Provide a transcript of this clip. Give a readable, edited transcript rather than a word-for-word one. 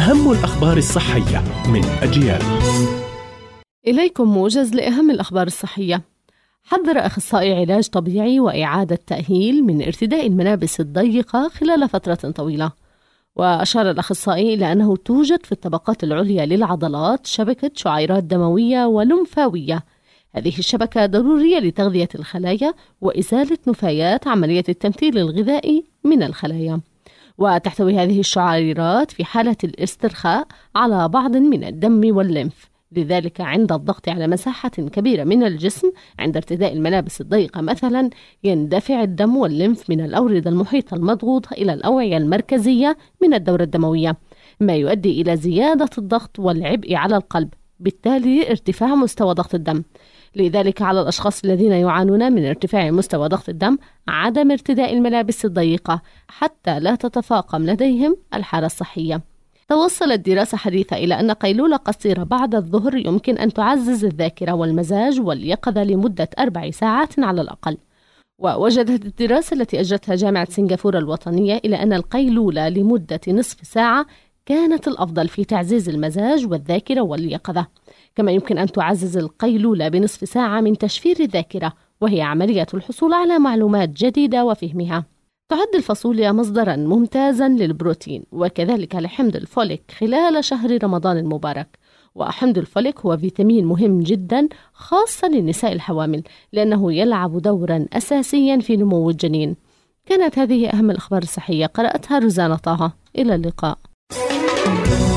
أهم الأخبار الصحية من أجيال. إليكم موجز لأهم الأخبار الصحية. حذر أخصائي علاج طبيعي وإعادة تأهيل من ارتداء الملابس الضيقة خلال فترة طويلة. وأشار الأخصائي إلى أنه توجد في الطبقات العليا للعضلات شبكة شعيرات دموية ولمفاوية. هذه الشبكة ضرورية لتغذية الخلايا وإزالة نفايات عملية التمثيل الغذائي من الخلايا. وتحتوي هذه الشعيرات في حالة الاسترخاء على بعض من الدم والليمف، لذلك عند الضغط على مساحة كبيرة من الجسم عند ارتداء الملابس الضيقة مثلا يندفع الدم والليمف من الأوردة المحيطة المضغوطة إلى الأوعية المركزية من الدورة الدموية، ما يؤدي إلى زيادة الضغط والعبء على القلب، بالتالي ارتفاع مستوى ضغط الدم. لذلك على الأشخاص الذين يعانون من ارتفاع مستوى ضغط الدم عدم ارتداء الملابس الضيقة حتى لا تتفاقم لديهم الحالة الصحية. توصلت دراسة حديثة إلى أن قيلولة قصيرة بعد الظهر يمكن أن تعزز الذاكرة والمزاج واليقظة لمدة 4 ساعات على الأقل. ووجدت الدراسة التي أجرتها جامعة سنغافورة الوطنية إلى أن القيلولة لمدة نصف ساعة كانت الأفضل في تعزيز المزاج والذاكرة واليقظة. كما يمكن أن تعزز القيلولة بنصف ساعة من تشفير الذاكرة، وهي عملية الحصول على معلومات جديدة وفهمها. تعد الفاصوليا مصدرا ممتازا للبروتين وكذلك لحمض الفوليك خلال شهر رمضان المبارك. وحمض الفوليك هو فيتامين مهم جدا خاصة للنساء الحوامل لأنه يلعب دورا أساسيا في نمو الجنين. كانت هذه أهم الأخبار الصحية، قرأتها روزانا طه. إلى اللقاء.